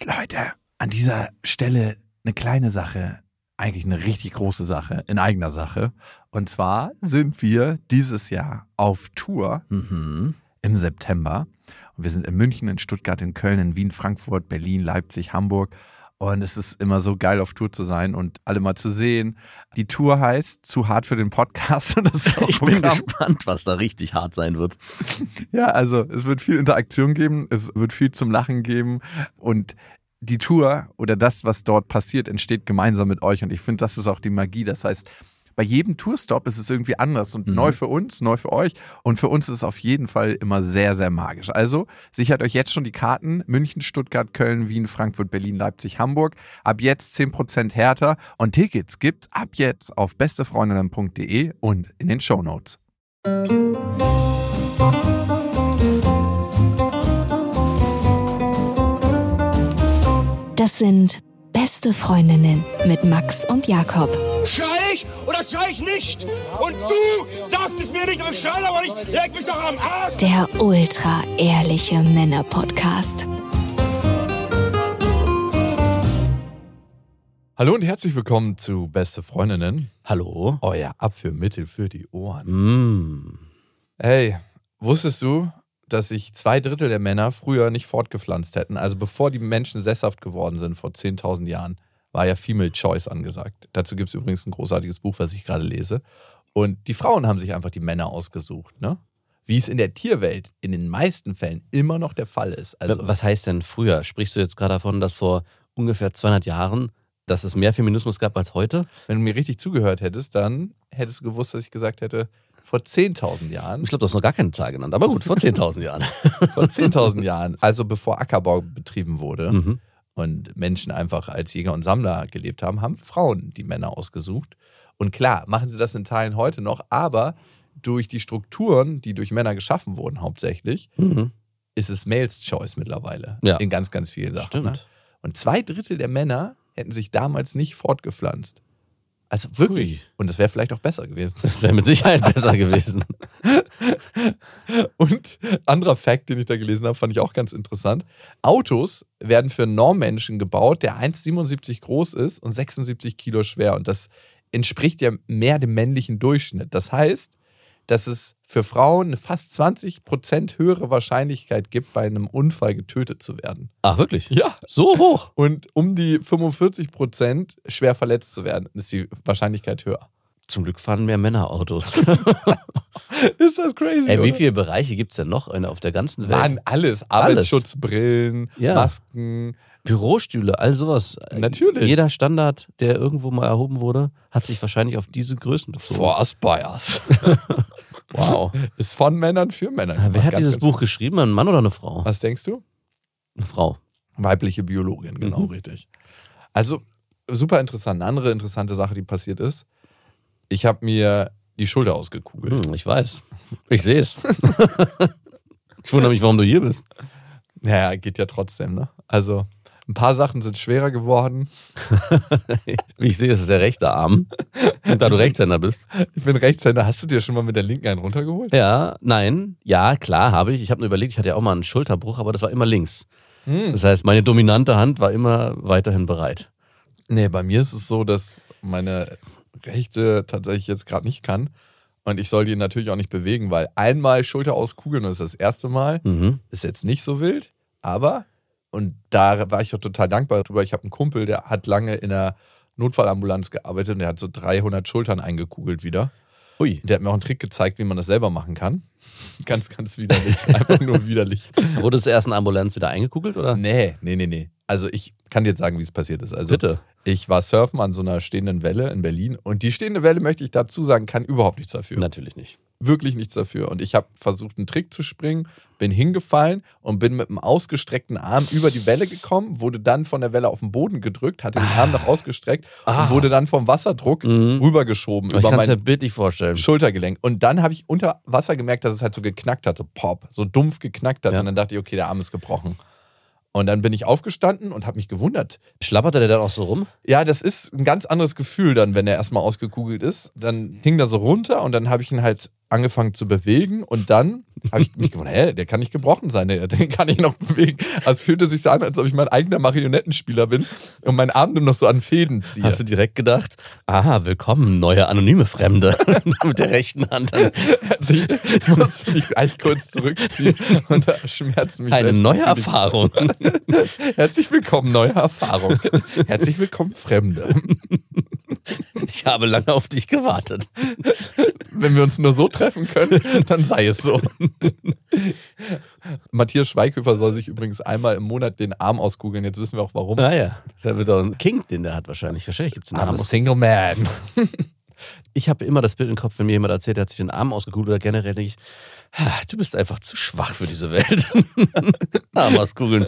Leute, an dieser Stelle eine kleine Sache, eigentlich eine richtig große Sache, in eigener Sache. Und zwar sind wir dieses Jahr auf Tour im September. Und wir sind in München, in Stuttgart, in Köln, in Wien, Frankfurt, Berlin, Leipzig, Hamburg. Und es ist immer so geil, auf Tour zu sein und alle mal zu sehen. Die Tour heißt Zu hart für den Podcast. Und das ist auch ich bin gespannt, was da richtig hart sein wird. Ja, also es wird viel Interaktion geben, es wird viel zum Lachen geben und die Tour oder das, was dort passiert, entsteht gemeinsam mit euch und ich finde, das ist auch die Magie. Das heißt, bei jedem Tourstop ist es irgendwie anders und neu für uns, neu für euch und für uns ist es auf jeden Fall immer sehr, sehr magisch. Also sichert euch jetzt schon die Karten: München, Stuttgart, Köln, Wien, Frankfurt, Berlin, Leipzig, Hamburg. Ab jetzt 10% härter und Tickets gibt's ab jetzt auf bestefreundinnen.de und in den Shownotes. Das sind Beste Freundinnen mit Max und Jakob. Schrei ich oder schrei ich nicht? Und du sagst es mir nicht, aber ich schrei aber nicht. Leg mich doch am Arsch. Der ultra-ehrliche Männer-Podcast. Hallo und herzlich willkommen zu Beste Freundinnen. Hallo. Euer Abführmittel für die Ohren. Hey, wusstest du, dass sich 2/3 der Männer früher nicht fortgepflanzt hätten? Also bevor die Menschen sesshaft geworden sind, vor 10.000 Jahren, war ja Female Choice angesagt. Dazu gibt es übrigens ein großartiges Buch, was ich gerade lese. Und die Frauen haben sich einfach die Männer ausgesucht, ne? Wie es in der Tierwelt in den meisten Fällen immer noch der Fall ist. Also, was heißt denn früher? Sprichst du jetzt gerade davon, dass vor ungefähr 200 Jahren, dass es mehr Feminismus gab als heute? wenn du mir richtig zugehört hättest, dann hättest du gewusst, dass ich gesagt hätte, vor 10.000 Jahren. Ich glaube, du hast noch gar keine Zahl genannt, aber gut, vor 10.000 Jahren. Vor 10.000 Jahren, also bevor Ackerbau betrieben wurde und Menschen einfach als Jäger und Sammler gelebt haben, haben Frauen die Männer ausgesucht. Und klar, machen sie das in Teilen heute noch, aber durch die Strukturen, die durch Männer geschaffen wurden hauptsächlich, ist es Males Choice mittlerweile. Ja. In ganz, ganz vielen Sachen. Stimmt. Ne? Und 2/3 der Männer hätten sich damals nicht fortgepflanzt. Also wirklich. Ui. Und das wäre vielleicht auch besser gewesen. Das wäre mit Sicherheit besser gewesen. Und anderer Fact, den ich da gelesen habe, fand ich auch ganz interessant. Autos werden für einen Normmenschen gebaut, der 1,77 groß ist und 76 Kilo schwer. Und das entspricht ja mehr dem männlichen Durchschnitt. Das heißt, dass es für Frauen eine fast 20% höhere Wahrscheinlichkeit gibt, bei einem Unfall getötet zu werden. Ach, wirklich? Ja. So hoch? Und um die 45% schwer verletzt zu werden, ist die Wahrscheinlichkeit höher. Zum Glück fahren mehr Männer Autos. Ist das crazy, Ey, wie oder? viele Bereiche gibt es denn noch auf der ganzen Welt? Mann, alles. Arbeitsschutzbrillen, Ja. Masken. Bürostühle, all sowas. Natürlich. Jeder Standard, der irgendwo mal erhoben wurde, hat sich wahrscheinlich auf diese Größen bezogen. Fast Bias. Wow. Ist von Männern für Männer. Wer hat Ganz, dieses ganz Buch geschrieben? Ein Mann oder eine Frau? Was denkst du? Eine Frau. Weibliche Biologin, genau, richtig. Also, super interessant. Eine andere interessante Sache, die passiert ist. Ich habe mir die Schulter ausgekugelt. Ich weiß. Ich sehe es. Ich wundere mich, warum du hier bist. Naja, geht ja trotzdem, ne? Also, ein paar Sachen sind schwerer geworden. Wie ich sehe, ist es der rechte Arm. Und da du Rechtshänder bist. Ich bin Rechtshänder. Hast du dir schon mal mit der linken einen runtergeholt? Ja, nein. Ja, klar, habe ich. Ich habe nur überlegt, ich hatte ja auch mal einen Schulterbruch, aber das war immer links. Das heißt, meine dominante Hand war immer weiterhin bereit. Nee, bei mir ist es so, dass meine rechte tatsächlich jetzt gerade nicht kann. Und ich soll die natürlich auch nicht bewegen, weil einmal Schulter auskugeln, das ist das erste Mal, ist jetzt nicht so wild. Aber, und da war ich auch total dankbar drüber, ich habe einen Kumpel, der hat lange in der Notfallambulanz gearbeitet und der hat so 300 Schultern eingekugelt wieder. Ui. Der hat mir auch einen Trick gezeigt, wie man das selber machen kann. Ganz, ganz widerlich. Einfach nur widerlich. Wurde es erst in der Ambulanz wieder eingekugelt, oder? Nee. Also ich kann dir jetzt sagen, wie es passiert ist. Also Bitte. ich war surfen an so einer stehenden Welle in Berlin und die stehende Welle, möchte ich dazu sagen, kann überhaupt nichts dafür. Natürlich nicht. Wirklich nichts dafür. Und ich habe versucht, einen Trick zu springen, bin hingefallen und bin mit einem ausgestreckten Arm über die Welle gekommen, wurde dann von der Welle auf den Boden gedrückt, hatte den Arm noch ausgestreckt und wurde dann vom Wasserdruck rübergeschoben Ich über kann es ja mein bildlich vorstellen. Schultergelenk. Und dann habe ich unter Wasser gemerkt, dass es halt so geknackt hat, so pop, so dumpf geknackt hat. Ja. Und dann dachte ich, okay, der Arm ist gebrochen. Und dann bin ich aufgestanden und habe mich gewundert. Schlapperte der dann auch so rum? Ja, das ist ein ganz anderes Gefühl dann, wenn er erstmal ausgekugelt ist. Dann hing der so runter und dann habe ich ihn halt angefangen zu bewegen und dann habe ich mich gewundert, der kann nicht gebrochen sein, den kann ich noch bewegen. Also es fühlte sich so an, als ob ich mein eigener Marionettenspieler bin und meinen Arm nur noch so an Fäden ziehe. Hast du direkt gedacht, aha, willkommen, neue anonyme Fremde. Mit der rechten Hand. Ich muss mich eigentlich kurz zurückziehen und da schmerzt mich. Eine neue Erfahrung. Herzlich willkommen, neue Erfahrung. Herzlich willkommen, Fremde. Ich habe lange auf dich gewartet. Wenn wir uns nur so treffen können, dann sei es so. Matthias Schweighöfer soll sich übrigens einmal im Monat den Arm auskugeln. Jetzt wissen wir auch warum. Ah ja, da wird auch ein King, den der hat wahrscheinlich. Wahrscheinlich gibt es einen Arm. I'm a single man. Ich habe immer das Bild im Kopf, wenn mir jemand erzählt, der hat sich den Arm ausgekugelt oder generell denke ich, du bist einfach zu schwach für diese Welt. Arm auskugeln.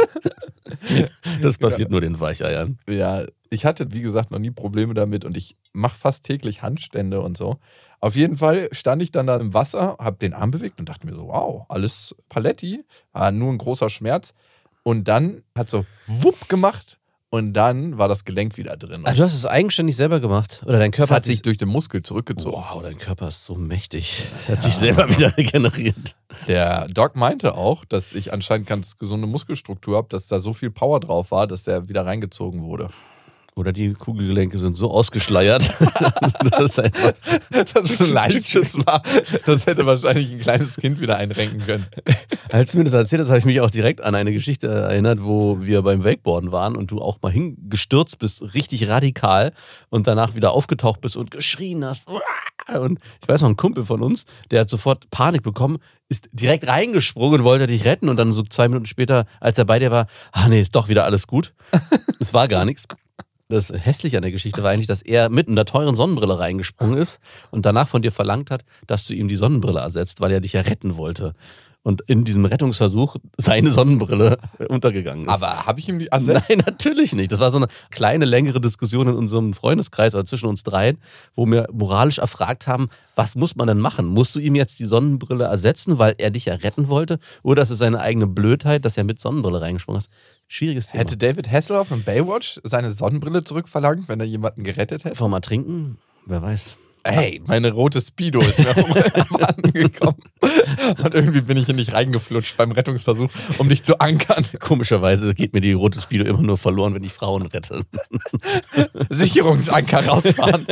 Das passiert nur den Weicheiern. Ja, ich hatte, wie gesagt, noch nie Probleme damit und ich mache fast täglich Handstände und so. Auf jeden Fall stand ich dann da im Wasser, habe den Arm bewegt und dachte mir so, wow, alles Paletti, war nur ein großer Schmerz. Und dann hat so wupp gemacht und dann war das Gelenk wieder drin. Du hast es eigenständig selber gemacht? Oder dein Körper hat sich durch den Muskel zurückgezogen. Wow, dein Körper ist so mächtig. Er hat sich selber wieder regeneriert. Der Doc meinte auch, dass ich anscheinend ganz gesunde Muskelstruktur habe, dass da so viel Power drauf war, dass der wieder reingezogen wurde. Oder die Kugelgelenke sind so ausgeschleiert, dass es ein Leichtes war. Das hätte wahrscheinlich ein kleines Kind wieder einrenken können. Als du mir das erzählt hast, habe ich mich auch direkt an eine Geschichte erinnert, wo wir beim Wakeboarden waren und du auch mal hingestürzt bist, richtig radikal und danach wieder aufgetaucht bist und geschrien hast. Und ich weiß noch, ein Kumpel von uns, der hat sofort Panik bekommen, ist direkt reingesprungen und wollte dich retten und dann so 2 Minuten später, als er bei dir war, nee, ist doch wieder alles gut. Es war gar nichts. Das Hässliche an der Geschichte war eigentlich, dass er mit einer teuren Sonnenbrille reingesprungen ist und danach von dir verlangt hat, dass du ihm die Sonnenbrille ersetzt, weil er dich ja retten wollte. Und in diesem Rettungsversuch seine Sonnenbrille untergegangen ist. Aber habe ich ihm die ersetzt? Nein, natürlich nicht. Das war so eine kleine, längere Diskussion in unserem Freundeskreis oder zwischen uns dreien, wo wir moralisch erfragt haben, was muss man denn machen? Musst du ihm jetzt die Sonnenbrille ersetzen, weil er dich ja retten wollte? Oder ist es seine eigene Blödheit, dass er mit Sonnenbrille reingesprungen ist? Schwieriges Thema. Hätte David Hasselhoff in Baywatch seine Sonnenbrille zurückverlangt, wenn er jemanden gerettet hätte? Vorm Ertrinken? Wer weiß. Hey, meine rote Speedo ist mir am angekommen. Und irgendwie bin ich hier nicht reingeflutscht beim Rettungsversuch, um dich zu ankern. Komischerweise geht mir die rote Speedo immer nur verloren, wenn ich Frauen rette. Sicherungsanker rausfahren.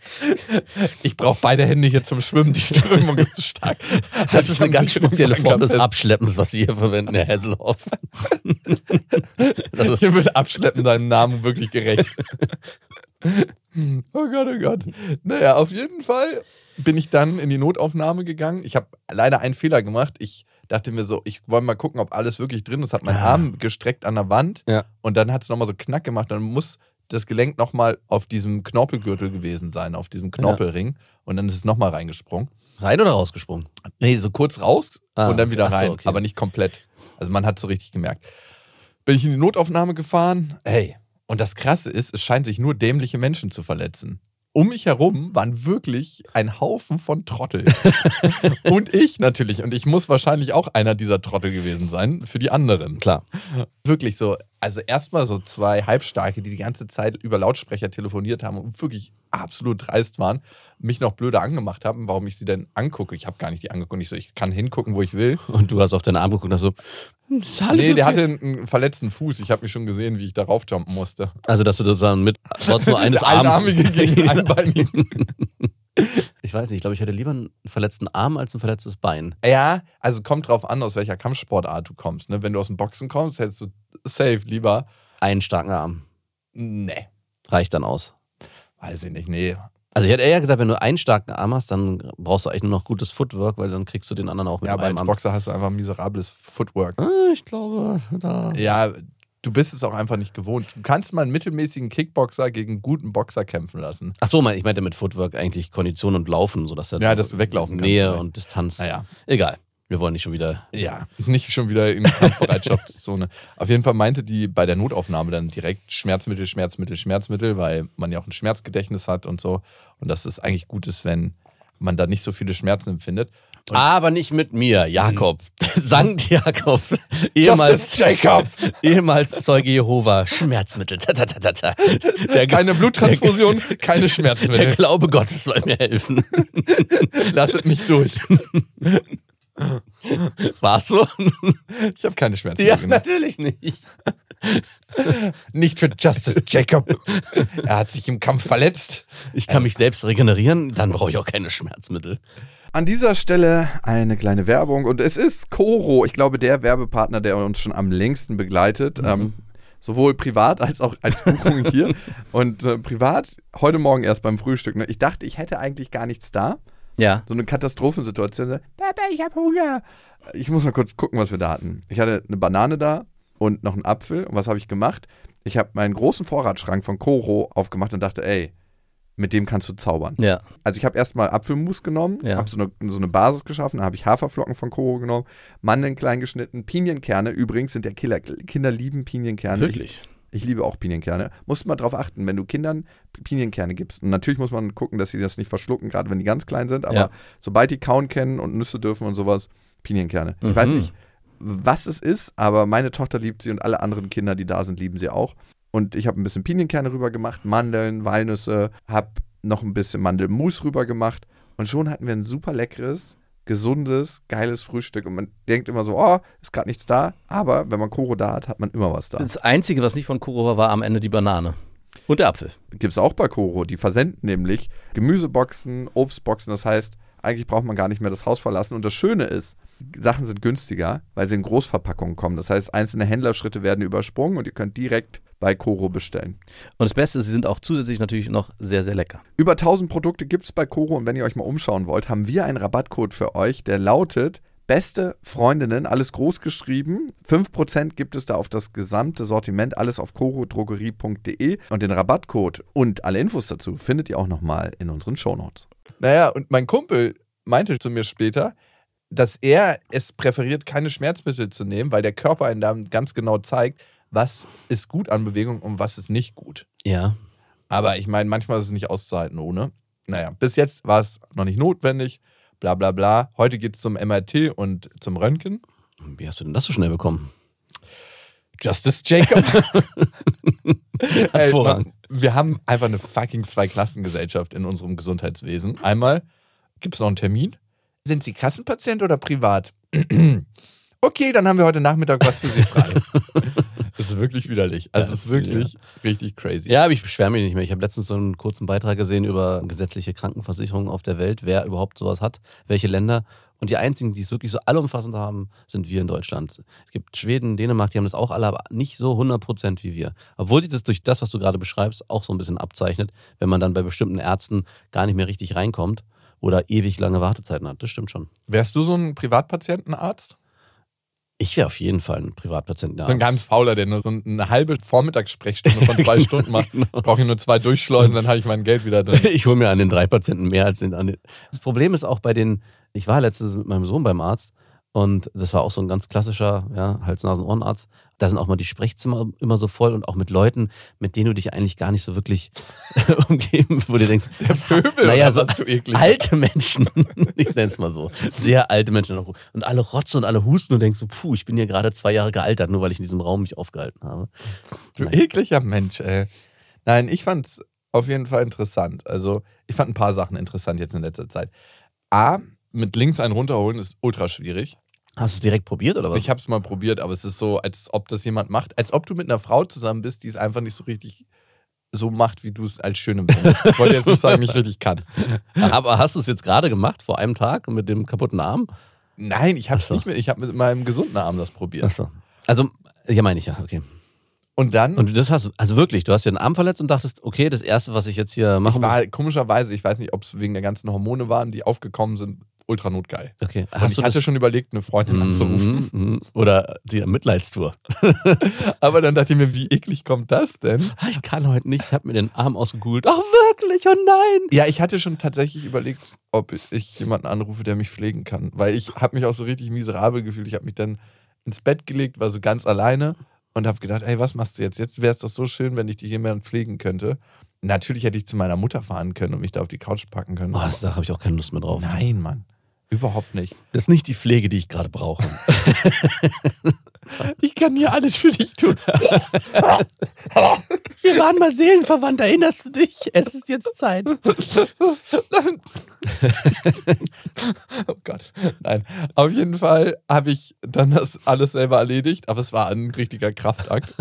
Ich brauche beide Hände hier zum Schwimmen, die Strömung ist zu stark. Das ist eine ganz spezielle Form des Abschleppens, was Sie hier verwenden, Herr Hasselhoff. Also, hier wird Abschleppen deinem Namen wirklich gerecht. Oh Gott, oh Gott. Naja, auf jeden Fall bin ich dann in die Notaufnahme gegangen. Ich habe leider einen Fehler gemacht. Ich dachte mir so, ich wollte mal gucken, ob alles wirklich drin ist. Hat meinen Arm gestreckt an der Wand und dann hat es nochmal so Knack gemacht. Dann muss das Gelenk nochmal auf diesem Knorpelgürtel gewesen sein, auf diesem Knorpelring. Und dann ist es nochmal reingesprungen. Rein oder rausgesprungen? Nee, so kurz raus und dann wieder rein, okay. aber nicht komplett. Also man hat es so richtig gemerkt. Bin ich in die Notaufnahme gefahren, und das Krasse ist, es scheint sich nur dämliche Menschen zu verletzen. Um mich herum waren wirklich ein Haufen von Trotteln. Und ich natürlich. Und ich muss wahrscheinlich auch einer dieser Trottel gewesen sein für die anderen. Klar. Wirklich so. Also erstmal so 2 Halbstarke, die ganze Zeit über Lautsprecher telefoniert haben und wirklich absolut dreist waren, mich noch blöder angemacht haben, warum ich sie denn angucke. Ich habe gar nicht die angeguckt. Ich so, ich kann hingucken, wo ich will. Und du hast auf deinen Arm geguckt und hast so, ist alles nee, okay. Der hatte einen verletzten Fuß. Ich habe mich schon gesehen, wie ich da raufjumpen musste. Also, dass du sozusagen mit trotz nur eines der Arms... Einarmige gegen Einbeinigen. Ich weiß nicht, ich glaube, ich hätte lieber einen verletzten Arm als ein verletztes Bein. Ja, also kommt drauf an, aus welcher Kampfsportart du kommst. Ne? Wenn du aus dem Boxen kommst, hättest du safe lieber Einen starken Arm. Nee. Reicht dann aus. Weiß ich nicht, nee. Also ich hätte eher gesagt, wenn du einen starken Arm hast, dann brauchst du eigentlich nur noch gutes Footwork, weil dann kriegst du den anderen auch mit Ja, aber einem als Arm. Boxer hast du einfach miserables Footwork. Ich glaube, da... Ja, du bist es auch einfach nicht gewohnt. Du kannst mal einen mittelmäßigen Kickboxer gegen einen guten Boxer kämpfen lassen. Ach so, ich meinte mit Footwork eigentlich Kondition und Laufen, sodass Ja, dass du weglaufen kannst. Nähe und Distanz. Naja. Egal. Wir wollen nicht schon wieder... Ja, nicht schon wieder in Kampfbereitschaftszone. Auf jeden Fall meinte die bei der Notaufnahme dann direkt Schmerzmittel, weil man ja auch ein Schmerzgedächtnis hat und so. Und dass es eigentlich gut ist, wenn man da nicht so viele Schmerzen empfindet. Aber nicht mit mir, Jakob. Sankt Jakob. Ehemals Jacob. Ehemals Zeuge Jehova. Schmerzmittel. Keine Bluttransfusion, keine Schmerzmittel. Der Glaube Gottes soll mir helfen. Lasset mich durch. War's so? Ich habe keine Schmerzen Ja, mehr gemacht. natürlich nicht. Nicht für Justice Jacob. Er hat sich im Kampf verletzt. Ich kann mich selbst regenerieren, dann brauche ich auch keine Schmerzmittel. An dieser Stelle eine kleine Werbung und es ist Koro, ich glaube der Werbepartner, der uns schon am längsten begleitet, sowohl privat als auch als Buchung hier und privat heute Morgen erst beim Frühstück. Ne? Ich dachte, ich hätte eigentlich gar nichts da, Ja. so eine Katastrophensituation. So, Papa, ich habe Hunger. Ich muss mal kurz gucken, was wir da hatten. Ich hatte eine Banane da und noch einen Apfel und was habe ich gemacht? Ich habe meinen großen Vorratsschrank von Koro aufgemacht und dachte, ey, mit dem kannst du zaubern. Ja. Also ich habe erstmal Apfelmus genommen, Ja. habe so eine Basis geschaffen, dann habe ich Haferflocken von Koro genommen, Mandeln klein geschnitten, Pinienkerne, übrigens sind der Killer. Kinder lieben Pinienkerne. Wirklich? Ich liebe auch Pinienkerne. Musst mal drauf achten, wenn du Kindern Pinienkerne gibst. Und natürlich muss man gucken, dass sie das nicht verschlucken, gerade wenn die ganz klein sind, aber Ja. sobald die kauen kennen und Nüsse dürfen und sowas, Pinienkerne. Ich weiß nicht, was es ist, aber meine Tochter liebt sie und alle anderen Kinder, die da sind, lieben sie auch. Und ich habe ein bisschen Pinienkerne rüber gemacht, Mandeln, Walnüsse, habe noch ein bisschen Mandelmus rüber gemacht und schon hatten wir ein super leckeres, gesundes, geiles Frühstück. Und man denkt immer so, oh, ist gerade nichts da, aber wenn man Koro da hat, hat man immer was da. Das Einzige, was nicht von Koro war, war am Ende die Banane. Und der Apfel. Gibt es auch bei Koro, die versenden nämlich Gemüseboxen, Obstboxen, das heißt, eigentlich braucht man gar nicht mehr das Haus verlassen. Und das Schöne ist, Sachen sind günstiger, weil sie in Großverpackungen kommen. Das heißt, einzelne Händlerschritte werden übersprungen und ihr könnt direkt bei Koro bestellen. Und das Beste ist, sie sind auch zusätzlich natürlich noch sehr, sehr lecker. Über 1000 Produkte gibt es bei Koro und wenn ihr euch mal umschauen wollt, haben wir einen Rabattcode für euch, der lautet Beste Freundinnen, alles groß geschrieben. 5% gibt es da auf das gesamte Sortiment, alles auf korodrogerie.de und den Rabattcode und alle Infos dazu findet ihr auch nochmal in unseren Shownotes. Naja, und mein Kumpel meinte zu mir später, dass er es präferiert, keine Schmerzmittel zu nehmen, weil der Körper einen dann ganz genau zeigt, was ist gut an Bewegung und was ist nicht gut. Ja. Aber ich meine, manchmal ist es nicht auszuhalten ohne. Naja, bis jetzt war es noch nicht notwendig, bla bla bla. Heute geht es zum MRT und zum Röntgen. Wie hast du denn das so schnell bekommen? Justice Jacob. Hervorragend. Wir haben einfach eine fucking Zweiklassengesellschaft in unserem Gesundheitswesen. Einmal, gibt es noch einen Termin? Sind Sie Kassenpatient oder privat? Okay, dann haben wir heute Nachmittag was für Sie frei. Das ist wirklich widerlich. Also Ja, es ist wirklich richtig crazy. Ja, aber ich beschwere mich nicht mehr. Ich habe letztens so einen kurzen Beitrag gesehen über gesetzliche Krankenversicherungen auf der Welt, wer überhaupt sowas hat, welche Länder. Und die einzigen, die es wirklich so allumfassend haben, sind wir in Deutschland. Es gibt Schweden, Dänemark, die haben das auch alle, aber nicht so 100% wie wir. Obwohl sich das durch das, was du gerade beschreibst, auch so ein bisschen abzeichnet, wenn man dann bei bestimmten Ärzten gar nicht mehr richtig reinkommt oder ewig lange Wartezeiten hat. Das stimmt schon. Wärst du so ein Privatpatientenarzt? Ich wäre auf jeden Fall ein Privatpatientenarzt. So ein ganz fauler, der nur so eine halbe Vormittagssprechstunde von 2 Stunden macht. Genau. Brauche ich nur 2 Durchschleusen, dann habe ich mein Geld wieder drin. Ich hole mir an den 3 Patienten mehr als an den. Das Problem ist auch bei den, ich war letztens mit meinem Sohn beim Arzt und das war auch so ein ganz klassischer Hals-Nasen-Ohrenarzt. Da sind auch mal die Sprechzimmer immer so voll und auch mit Leuten, mit denen du dich eigentlich gar nicht so wirklich umgeben, wo du denkst, Pöbel, naja, oder so was, du eklig? alte Menschen, ich nenne es mal so, sehr alte Menschen und alle rotzen und alle husten und denkst so, puh, ich bin hier gerade 2 Jahre gealtert, nur weil ich in diesem Raum mich aufgehalten habe. Du ekliger Mensch, ey. Nein, ich fand's auf jeden Fall interessant. Also, ich fand ein paar Sachen interessant jetzt in letzter Zeit. A, mit links einen runterholen ist ultra schwierig. Hast du es direkt probiert oder was? Ich hab's mal probiert, aber es ist so, als ob das jemand macht. Als ob du mit einer Frau zusammen bist, die es einfach nicht so richtig so macht, wie du es als schön empfindest. Ich wollte jetzt nicht sagen, nicht richtig kann. Aber hast du es jetzt gerade gemacht, vor einem Tag mit dem kaputten Arm? Nein, ich hab's Ach so. nicht mehr. Ich habe mit meinem gesunden Arm das probiert. Achso. Also, ja, meine ich ja, okay. Und dann, Und das hast du, also wirklich, du hast dir den Arm verletzt und dachtest, okay, das Erste, was ich jetzt hier machen ich war komischerweise, ich weiß nicht, ob es wegen der ganzen Hormone waren, die aufgekommen sind, ultra notgeil. Okay. Und ich hatte schon überlegt, eine Freundin anzurufen. Oder die Mitleidstour. Aber dann dachte ich mir, wie eklig kommt das denn? Ich kann heute nicht, ich habe mir den Arm ausgegoogelt. Ach wirklich, oh nein. Ja, ich hatte schon tatsächlich überlegt, ob ich jemanden anrufe, der mich pflegen kann. Weil ich habe mich auch so richtig miserabel gefühlt. Ich habe mich dann ins Bett gelegt, war so ganz alleine und habe gedacht, ey, was machst du jetzt? Jetzt wäre es doch so schön, wenn ich dich jemand pflegen könnte. Natürlich hätte ich zu meiner Mutter fahren können und mich da auf die Couch packen können. Oh, da habe ich auch keine Lust mehr drauf. Nein, Mann. Überhaupt nicht. Das ist nicht die Pflege, die ich gerade brauche. Ich kann hier alles für dich tun. Wir waren mal seelenverwandt, erinnerst du dich? Es ist jetzt Zeit. Oh Gott. Nein. Auf jeden Fall habe ich dann das alles selber erledigt, aber es war ein richtiger Kraftakt.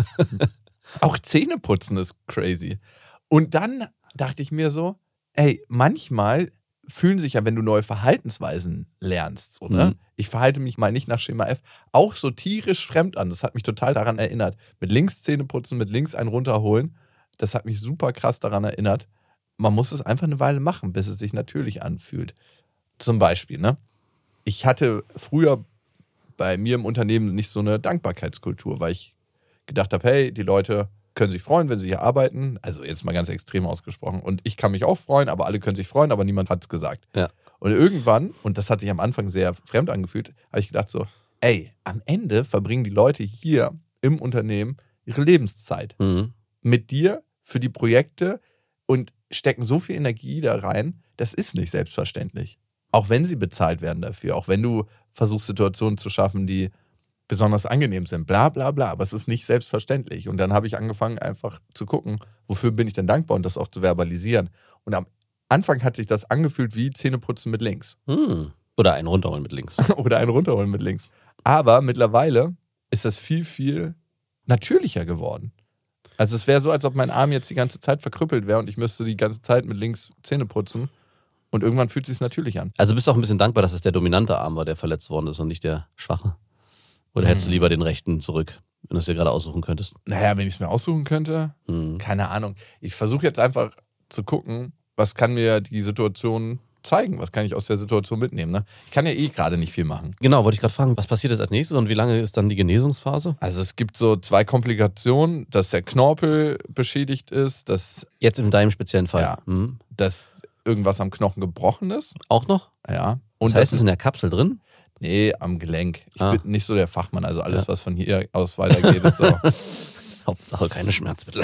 Auch Zähneputzen ist crazy. Und dann dachte ich mir so, ey, manchmal fühlen sich ja, wenn du neue Verhaltensweisen lernst, oder? Ich verhalte mich mal nicht nach Schema F, auch so tierisch fremd an. Das hat mich total daran erinnert. Mit links Zähne putzen, mit links einen runterholen. Das hat mich super krass daran erinnert. Man muss es einfach eine Weile machen, bis es sich natürlich anfühlt. Zum Beispiel, ne? Ich hatte früher bei mir im Unternehmen nicht so eine Dankbarkeitskultur, weil ich gedacht habe, hey, die Leute können sich freuen, wenn sie hier arbeiten. Also jetzt mal ganz extrem ausgesprochen. Und ich kann mich auch freuen, aber alle können sich freuen, aber niemand hat es gesagt. Ja. Und irgendwann, und das hat sich am Anfang sehr fremd angefühlt, habe ich gedacht so, ey, am Ende verbringen die Leute hier im Unternehmen ihre Lebenszeit mit dir für die Projekte und stecken so viel Energie da rein, das ist nicht selbstverständlich. Auch wenn sie bezahlt werden dafür, auch wenn du versuchst, Situationen zu schaffen, die besonders angenehm sind, bla bla bla, aber es ist nicht selbstverständlich. Und dann habe ich angefangen, einfach zu gucken, wofür bin ich denn dankbar und das auch zu verbalisieren. Und am Anfang hat sich das angefühlt wie Zähneputzen mit links. Oder einen runterholen mit links. Oder einen runterholen mit links. Aber mittlerweile ist das viel, viel natürlicher geworden. Also es wäre so, als ob mein Arm jetzt die ganze Zeit verkrüppelt wäre und ich müsste die ganze Zeit mit links Zähne putzen. Und irgendwann fühlt es sich natürlich an. Also bist du auch ein bisschen dankbar, dass es der dominante Arm war, der verletzt worden ist und nicht der schwache? Oder hättest du lieber den rechten zurück, wenn du es dir gerade aussuchen könntest? Naja, wenn ich es mir aussuchen könnte, keine Ahnung. Ich versuche jetzt einfach zu gucken, was kann mir die Situation zeigen, was kann ich aus der Situation mitnehmen. Ne? Ich kann ja eh gerade nicht viel machen. Genau, wollte ich gerade fragen, was passiert jetzt als nächstes und wie lange ist dann die Genesungsphase? Also es gibt so 2 Komplikationen, dass der Knorpel beschädigt ist, dass Jetzt in deinem speziellen Fall? Ja. dass irgendwas am Knochen gebrochen ist. Auch noch? Ja. Und das heißt, es ist in der Kapsel drin? Nee, am Gelenk. Ich bin nicht so der Fachmann, also alles, Ja. was von hier aus weitergeht, ist so. Hauptsache keine Schmerzmittel.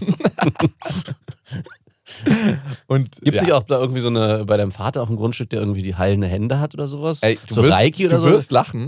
Und Gibt es nicht auch da irgendwie so eine, bei deinem Vater auf dem Grundstück, der irgendwie die heilende Hände hat oder sowas? Ey, so Reiki oder du so? wirst lachen.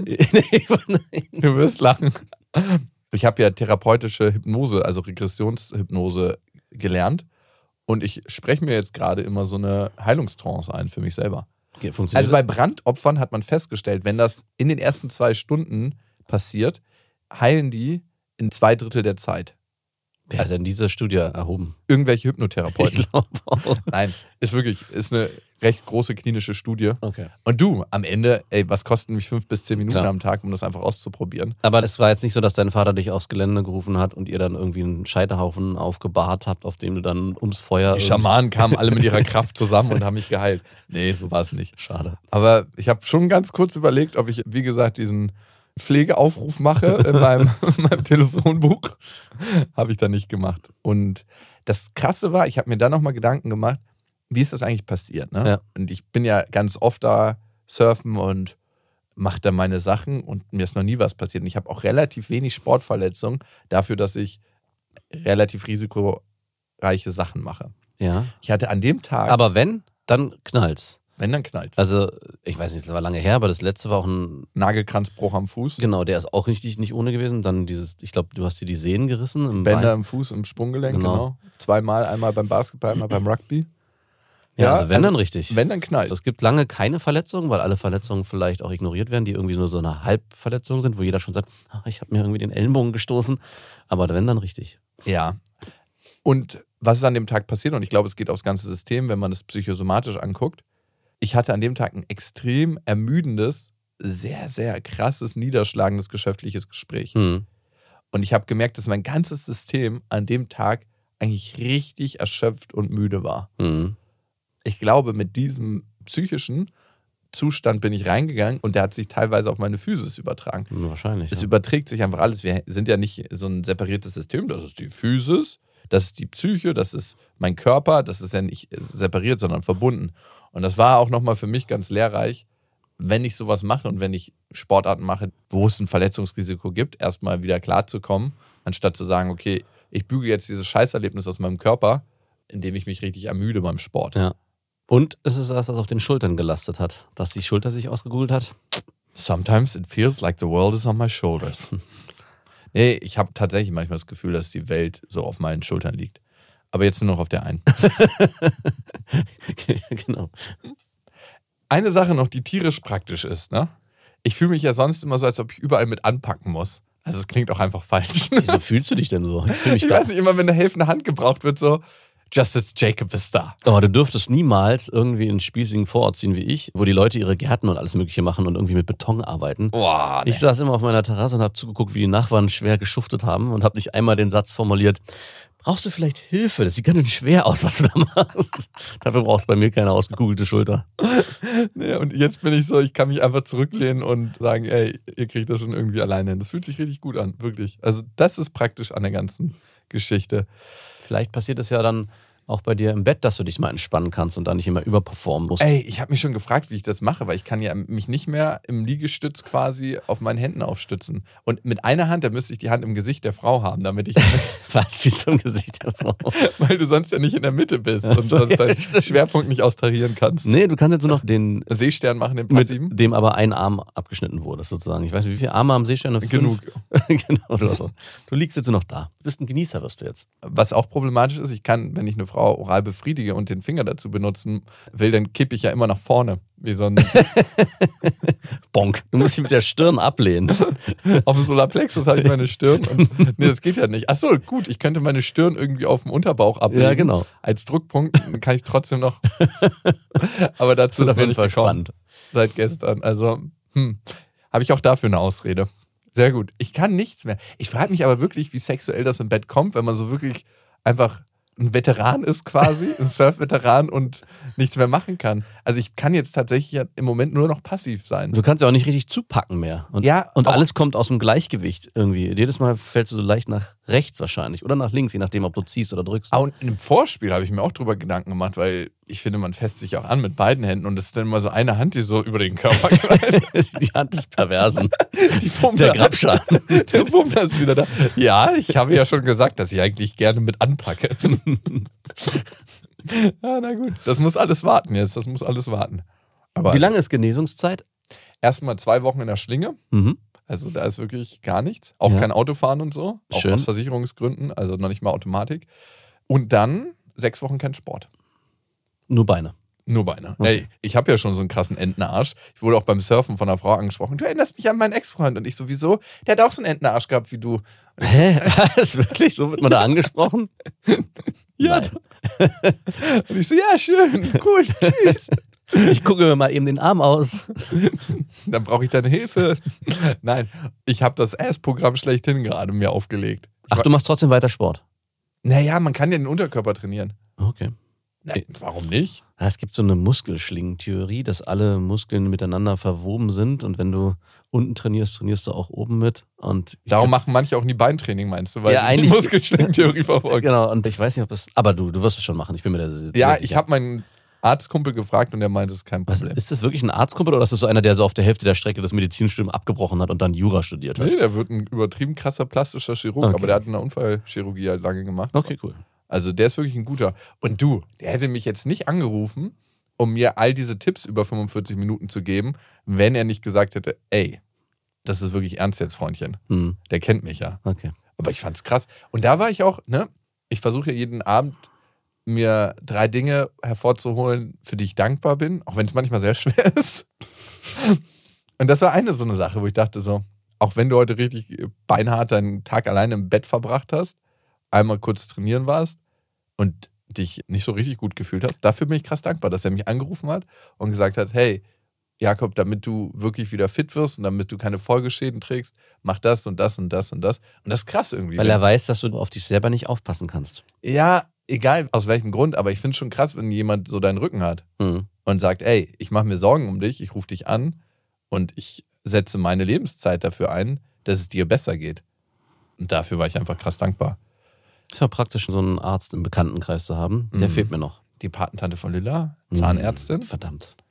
Du wirst lachen. Ich habe ja therapeutische Hypnose, also Regressionshypnose gelernt. Und ich spreche mir jetzt gerade immer so eine Heilungstrance ein für mich selber. Okay, funktioniert Also bei Brandopfern hat man festgestellt, wenn das in den ersten 2 Stunden passiert, heilen die in 2/3 der Zeit. Wer hat denn diese Studie erhoben? Irgendwelche Hypnotherapeuten. Ich glaube auch. Nein, ist eine recht große klinische Studie. Okay. Und du, am Ende, ey, was kosten mich 5 bis 10 Minuten Klar. am Tag, um das einfach auszuprobieren? Aber es war jetzt nicht so, dass dein Vater dich aufs Gelände gerufen hat und ihr dann irgendwie einen Scheiterhaufen aufgebahrt habt, auf dem du dann ums Feuer... Die Schamanen kamen alle mit ihrer Kraft zusammen und haben mich geheilt. Nee, so war es nicht. Schade. Aber ich habe schon ganz kurz überlegt, ob ich, wie gesagt, diesen Pflegeaufruf mache in meinem Telefonbuch. Habe ich dann nicht gemacht. Und das Krasse war, ich habe mir dann nochmal Gedanken gemacht, wie ist das eigentlich passiert? Ne? Ja. Und ich bin ja ganz oft da surfen und mache da meine Sachen und mir ist noch nie was passiert. Und ich habe auch relativ wenig Sportverletzungen dafür, dass ich relativ risikoreiche Sachen mache. Ja. Ich hatte an dem Tag, Aber wenn, dann knallt's. wenn, dann knallt's. Also, ich weiß nicht, das war lange her, aber das letzte war auch ein... Nagelkranzbruch am Fuß, Genau, der ist auch richtig nicht ohne gewesen. Dann ich glaube, du hast dir die Sehnen gerissen. Im Bänder Bein. im Fuß, im Sprunggelenk, Genau. genau. 2-mal, einmal beim Basketball, einmal beim Rugby. Ja, also wenn dann richtig. Wenn, dann knallt. Also es gibt lange keine Verletzungen, weil alle Verletzungen vielleicht auch ignoriert werden, die irgendwie nur so eine Halbverletzung sind, wo jeder schon sagt, ich habe mir irgendwie den Ellenbogen gestoßen. Aber wenn dann richtig. Ja. Und was ist an dem Tag passiert? Und ich glaube, es geht aufs ganze System, wenn man das psychosomatisch anguckt. Ich hatte an dem Tag ein extrem ermüdendes, sehr, sehr krasses, niederschlagendes geschäftliches Gespräch. Und ich habe gemerkt, dass mein ganzes System an dem Tag eigentlich richtig erschöpft und müde war. Ich glaube, mit diesem psychischen Zustand bin ich reingegangen und der hat sich teilweise auf meine Physis übertragen. Wahrscheinlich. Es Ja. überträgt sich einfach alles. Wir sind ja nicht so ein separiertes System. Das ist die Physis, das ist die Psyche, das ist mein Körper. Das ist ja nicht separiert, sondern verbunden. Und das war auch nochmal für mich ganz lehrreich, wenn ich sowas mache und wenn ich Sportarten mache, wo es ein Verletzungsrisiko gibt, erstmal wieder klarzukommen, anstatt zu sagen, okay, ich büge jetzt dieses Scheißerlebnis aus meinem Körper, indem ich mich richtig ermüde beim Sport. Ja. Und ist es das, was auf den Schultern gelastet hat, dass die Schulter sich ausgekugelt hat? Sometimes it feels like the world is on my shoulders. Nee, ich habe tatsächlich manchmal das Gefühl, dass die Welt so auf meinen Schultern liegt. Aber jetzt nur noch auf der einen. Genau. Eine Sache noch, die tierisch praktisch ist, ne? Ich fühle mich ja sonst immer so, als ob ich überall mit anpacken muss. Also es klingt auch einfach falsch. Wieso fühlst du dich denn so? Ich weiß nicht, immer wenn eine helfende Hand gebraucht wird, so Justice Jacob ist da. Oh, du dürftest niemals irgendwie in einen spießigen Vorort ziehen wie ich, wo die Leute ihre Gärten und alles Mögliche machen und irgendwie mit Beton arbeiten. Boah, nee. Ich saß immer auf meiner Terrasse und habe zugeguckt, wie die Nachbarn schwer geschuftet haben und habe nicht einmal den Satz formuliert: Brauchst du vielleicht Hilfe? Das sieht ganz schön schwer aus, was du da machst. Dafür brauchst du bei mir keine ausgekugelte Schulter. Nee, und jetzt bin ich so, ich kann mich einfach zurücklehnen und sagen, ey, ihr kriegt das schon irgendwie alleine hin. Das fühlt sich richtig gut an, wirklich. Also das ist praktisch an der ganzen Geschichte. Vielleicht passiert es ja dann auch bei dir im Bett, dass du dich mal entspannen kannst und da nicht immer überperformen musst. Ey, ich habe mich schon gefragt, wie ich das mache, weil ich kann ja mich nicht mehr im Liegestütz quasi auf meinen Händen aufstützen. Und mit einer Hand, da müsste ich die Hand im Gesicht der Frau haben, damit ich... Was, wie so im Gesicht der Frau? Weil du sonst ja nicht in der Mitte bist und sonst deinen Schwerpunkt nicht austarieren kannst. Nee, du kannst jetzt nur noch den Seestern machen, den passiven. mit dem aber ein Arm abgeschnitten wurde, sozusagen. Ich weiß nicht, wie viele Arme am Seestern? 5? Genug. Genau, du liegst jetzt nur noch da. Du bist ein Genießer, wirst du jetzt. Was auch problematisch ist, ich kann, wenn ich eine Frau oral befriedige und den Finger dazu benutzen will, dann kippe ich ja immer nach vorne. Wie so ein Bonk. Du musst dich mit der Stirn ablehnen. auf dem Solarplexus habe ich meine Stirn. Und, nee, das geht ja nicht. Achso, gut, ich könnte meine Stirn irgendwie auf dem Unterbauch ablegen. Ja, genau. Als Druckpunkt kann ich trotzdem noch. Aber dazu ist auf jeden Fall spannend. Seit gestern. Also, habe ich auch dafür eine Ausrede. Sehr gut. Ich kann nichts mehr. Ich frage mich aber wirklich, wie sexuell das im Bett kommt, wenn man so wirklich einfach ein Veteran ist quasi, ein Surf-Veteran und nichts mehr machen kann. Also ich kann jetzt tatsächlich ja im Moment nur noch passiv sein. Du kannst ja auch nicht richtig zupacken mehr. Und alles kommt aus dem Gleichgewicht irgendwie. Jedes Mal fällst du so leicht nach rechts wahrscheinlich oder nach links, je nachdem, ob du ziehst oder drückst. Und im Vorspiel habe ich mir auch drüber Gedanken gemacht, weil ich finde, man fässt sich auch an mit beiden Händen und es ist dann immer so eine Hand, die so über den Körper greift. Die Hand des Perversen. Der Grabschar. Der Fummler ist wieder da. Ja, ich habe ja schon gesagt, dass ich eigentlich gerne mit anpacke. Ja, na gut. Das muss alles warten jetzt. Das muss alles warten. Aber wie lange ist Genesungszeit? Erstmal 2 Wochen in der Schlinge. Mhm. Also da ist wirklich gar nichts. Auch kein Autofahren und so. Auch Schön. aus Versicherungsgründen. Also noch nicht mal Automatik. Und dann 6 Wochen kein Sport. Nur Beine. Nur Beine. Okay. Ey, ich habe ja schon so einen krassen Entenarsch. Ich wurde auch beim Surfen von einer Frau angesprochen. Du erinnerst mich an meinen Ex-Freund. Und ich sowieso, der hat auch so einen Entenarsch gehabt wie du. Hä? Was? Wirklich? So wird man da angesprochen? Ja. Nein. Und ich so, ja, schön, cool, tschüss. Ich gucke mir mal eben den Arm aus. Dann brauche ich deine Hilfe. Nein, ich habe das Ass-Programm schlechthin gerade mir aufgelegt. Ach, du machst trotzdem weiter Sport? Naja, man kann ja den Unterkörper trainieren. Okay. Warum nicht? Es gibt so eine Muskelschlingentheorie, dass alle Muskeln miteinander verwoben sind und wenn du unten trainierst, trainierst du auch oben mit. Und darum machen manche auch nie Beintraining, meinst du? Weil ja, die Muskelschlingentheorie verfolgen. Genau, und ich weiß nicht, ob das... Aber du wirst es schon machen, ich bin mir da sehr Ja, sicher. ich habe meinen Arztkumpel gefragt und der meinte, das ist kein Problem. Ist das wirklich ein Arztkumpel oder ist das so einer, der so auf der Hälfte der Strecke das Medizinstudium abgebrochen hat und dann Jura studiert hat? Nee, der wird ein übertrieben krasser plastischer Chirurg, Okay. aber der hat eine Unfallchirurgie halt lange gemacht. Okay, cool. Also der ist wirklich ein guter. Und du, der hätte mich jetzt nicht angerufen, um mir all diese Tipps über 45 Minuten zu geben, wenn er nicht gesagt hätte, ey, das ist wirklich ernst jetzt, Freundchen. Der kennt mich ja. Okay. Aber ich fand's krass. Und da war ich auch, ne, ich versuche ja jeden Abend mir 3 Dinge hervorzuholen, für die ich dankbar bin, auch wenn es manchmal sehr schwer ist. Und das war eine so eine Sache, wo ich dachte so, auch wenn du heute richtig beinhart deinen Tag alleine im Bett verbracht hast, einmal kurz trainieren warst und dich nicht so richtig gut gefühlt hast, dafür bin ich krass dankbar, dass er mich angerufen hat und gesagt hat, hey, Jakob, damit du wirklich wieder fit wirst und damit du keine Folgeschäden trägst, mach das und das und das und das. Und das ist krass irgendwie. Weil er weiß, dass du auf dich selber nicht aufpassen kannst. Ja, egal aus welchem Grund, aber ich finde es schon krass, wenn jemand so deinen Rücken hat und sagt, ey, ich mache mir Sorgen um dich, ich rufe dich an und ich setze meine Lebenszeit dafür ein, dass es dir besser geht. Und dafür war ich einfach krass dankbar. Ist ja praktisch, so einen Arzt im Bekanntenkreis zu haben. Der fehlt mir noch. Die Patentante von Lilla, Zahnärztin. Verdammt.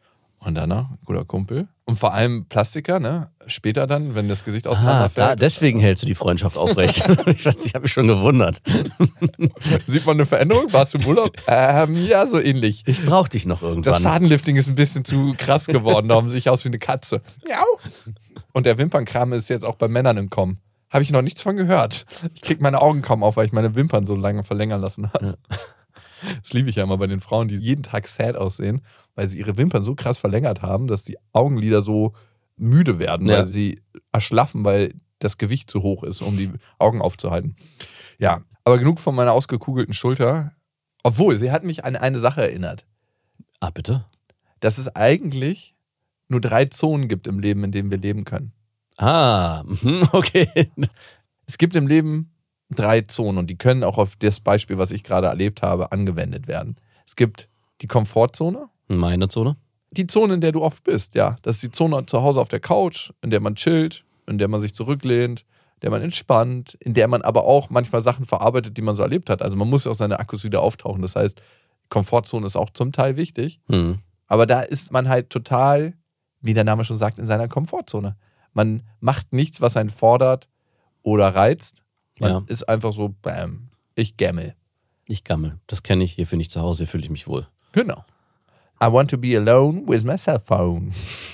Und danach, guter Kumpel. Und vor allem Plastiker, ne? Später dann, wenn das Gesicht auseinanderfällt. Deswegen hältst du die Freundschaft aufrecht. Ich habe mich schon gewundert. Sieht man eine Veränderung? Warst du im Urlaub? Ja, so ähnlich. Ich brauch dich noch irgendwann. Das Fadenlifting ist ein bisschen zu krass geworden. Darum sehe ich aus wie eine Katze. Miau. Und der Wimpernkram ist jetzt auch bei Männern im Kommen. Habe ich noch nichts von gehört. Ich kriege meine Augen kaum auf, weil ich meine Wimpern so lange verlängern lassen habe. Ja. Das liebe ich ja immer bei den Frauen, die jeden Tag sad aussehen, weil sie ihre Wimpern so krass verlängert haben, dass die Augenlider so müde werden, weil sie erschlaffen, weil das Gewicht zu hoch ist, um die Augen aufzuhalten. Ja, aber genug von meiner ausgekugelten Schulter. Obwohl, sie hat mich an eine Sache erinnert. Ah, bitte? Dass es eigentlich nur 3 Zonen gibt im Leben, in denen wir leben können. Ah, okay. Es gibt im Leben 3 Zonen und die können auch auf das Beispiel, was ich gerade erlebt habe, angewendet werden. Es gibt die Komfortzone. Meine Zone? Die Zone, in der du oft bist, ja. Das ist die Zone zu Hause auf der Couch, in der man chillt, in der man sich zurücklehnt, in der man entspannt, in der man aber auch manchmal Sachen verarbeitet, die man so erlebt hat. Also man muss ja auch seine Akkus wieder auftauchen. Das heißt, Komfortzone ist auch zum Teil wichtig. Aber da ist man halt total, wie der Name schon sagt, in seiner Komfortzone. Man macht nichts, was einen fordert oder reizt. Man ist einfach so, bam, ich gammel. Ich gammel. Das kenne ich, hier finde ich zu Hause, hier fühle ich mich wohl. Genau. I want to be alone with my cell phone.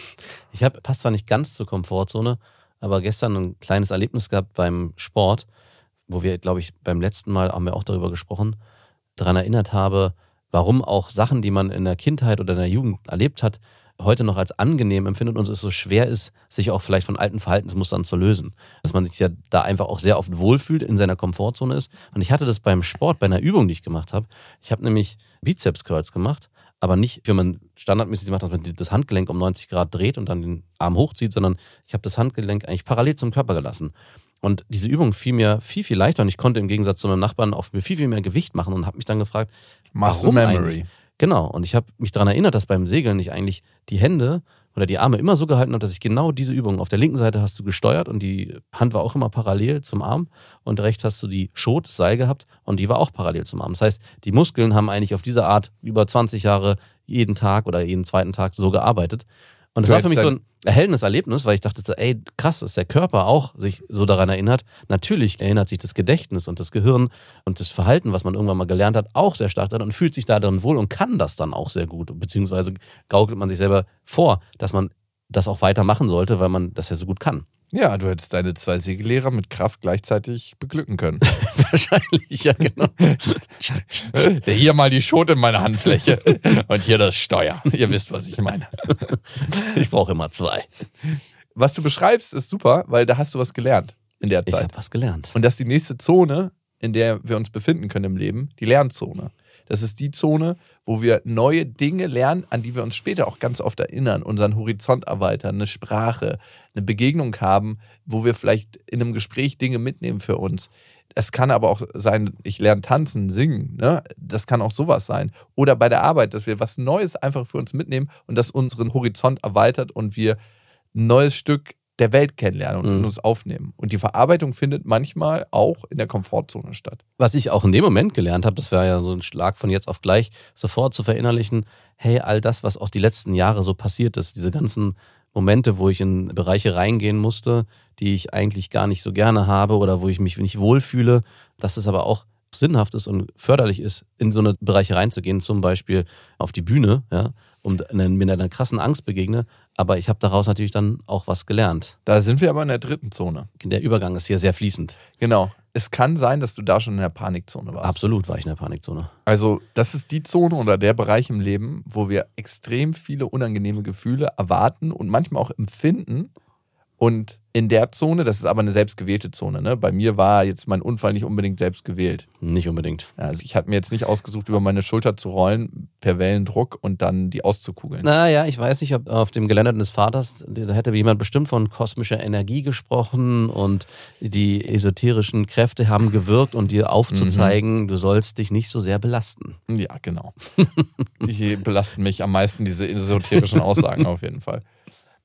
Passt zwar nicht ganz zur Komfortzone, aber gestern ein kleines Erlebnis gehabt beim Sport, wo wir, glaube ich, beim letzten Mal haben wir auch darüber gesprochen, daran erinnert habe, warum auch Sachen, die man in der Kindheit oder in der Jugend erlebt hat, heute noch als angenehm empfindet und es so schwer ist, sich auch vielleicht von alten Verhaltensmustern zu lösen. Dass man sich ja da einfach auch sehr oft wohlfühlt, in seiner Komfortzone ist. Und ich hatte das beim Sport, bei einer Übung, die ich gemacht habe. Ich habe nämlich Bizeps-Curls gemacht, aber nicht, wie man standardmäßig macht, dass man das Handgelenk um 90 Grad dreht und dann den Arm hochzieht, sondern ich habe das Handgelenk eigentlich parallel zum Körper gelassen. Und diese Übung fiel mir viel, viel leichter und ich konnte im Gegensatz zu meinem Nachbarn auf mir viel, viel mehr Gewicht machen und habe mich dann gefragt, warum eigentlich? Genau, und ich habe mich daran erinnert, dass beim Segeln ich eigentlich die Hände oder die Arme immer so gehalten habe, dass ich genau diese Übung, auf der linken Seite hast du gesteuert und die Hand war auch immer parallel zum Arm und rechts hast du die Schot, das Seil gehabt und die war auch parallel zum Arm. Das heißt, die Muskeln haben eigentlich auf diese Art über 20 Jahre jeden Tag oder jeden zweiten Tag so gearbeitet. Und das war für mich so ein erhellendes Erlebnis, weil ich dachte so, ey, krass, dass der Körper auch sich so daran erinnert. Natürlich erinnert sich das Gedächtnis und das Gehirn und das Verhalten, was man irgendwann mal gelernt hat, auch sehr stark daran und fühlt sich da drin wohl und kann das dann auch sehr gut. Beziehungsweise gaukelt man sich selber vor, dass man das auch weitermachen sollte, weil man das ja so gut kann. Ja, du hättest deine 2 Segellehrer mit Kraft gleichzeitig beglücken können. Wahrscheinlich, ja, genau. Hier mal die Schot in meine Handfläche und hier das Steuer. Ihr wisst, was ich meine. Ich brauche immer 2. Was du beschreibst, ist super, weil da hast du was gelernt in der Zeit. Ich habe was gelernt. Und das ist die nächste Zone, in der wir uns befinden können im Leben, die Lernzone. Das ist die Zone, wo wir neue Dinge lernen, an die wir uns später auch ganz oft erinnern, unseren Horizont erweitern, eine Sprache, eine Begegnung haben, wo wir vielleicht in einem Gespräch Dinge mitnehmen für uns. Es kann aber auch sein, ich lerne tanzen, singen, ne? Das kann auch sowas sein. Oder bei der Arbeit, dass wir was Neues einfach für uns mitnehmen und das unseren Horizont erweitert und wir ein neues Stück der Welt kennenlernen und uns aufnehmen. Und die Verarbeitung findet manchmal auch in der Komfortzone statt. Was ich auch in dem Moment gelernt habe, das wäre ja so ein Schlag von jetzt auf gleich, sofort zu verinnerlichen, hey, all das, was auch die letzten Jahre so passiert ist, diese ganzen Momente, wo ich in Bereiche reingehen musste, die ich eigentlich gar nicht so gerne habe oder wo ich mich nicht wohlfühle, dass es aber auch sinnhaft ist und förderlich ist, in so eine Bereiche reinzugehen, zum Beispiel auf die Bühne, ja, und mit einer krassen Angst begegne, aber ich habe daraus natürlich dann auch was gelernt. Da sind wir aber in der 3. Zone. Der Übergang ist hier sehr fließend. Genau. Es kann sein, dass du da schon in der Panikzone warst. Absolut war ich in der Panikzone. Also das ist die Zone oder der Bereich im Leben, wo wir extrem viele unangenehme Gefühle erwarten und manchmal auch empfinden. Und in der Zone, das ist aber eine selbstgewählte Zone, ne? Bei mir war jetzt mein Unfall nicht unbedingt selbst gewählt. Nicht unbedingt. Also ich habe mir jetzt nicht ausgesucht, über meine Schulter zu rollen, per Wellendruck und dann die auszukugeln. Naja, ich weiß nicht, ob auf dem Gelände des Vaters, da hätte jemand bestimmt von kosmischer Energie gesprochen und die esoterischen Kräfte haben gewirkt, um dir aufzuzeigen, du sollst dich nicht so sehr belasten. Ja, genau. Die belasten mich am meisten, diese esoterischen Aussagen auf jeden Fall.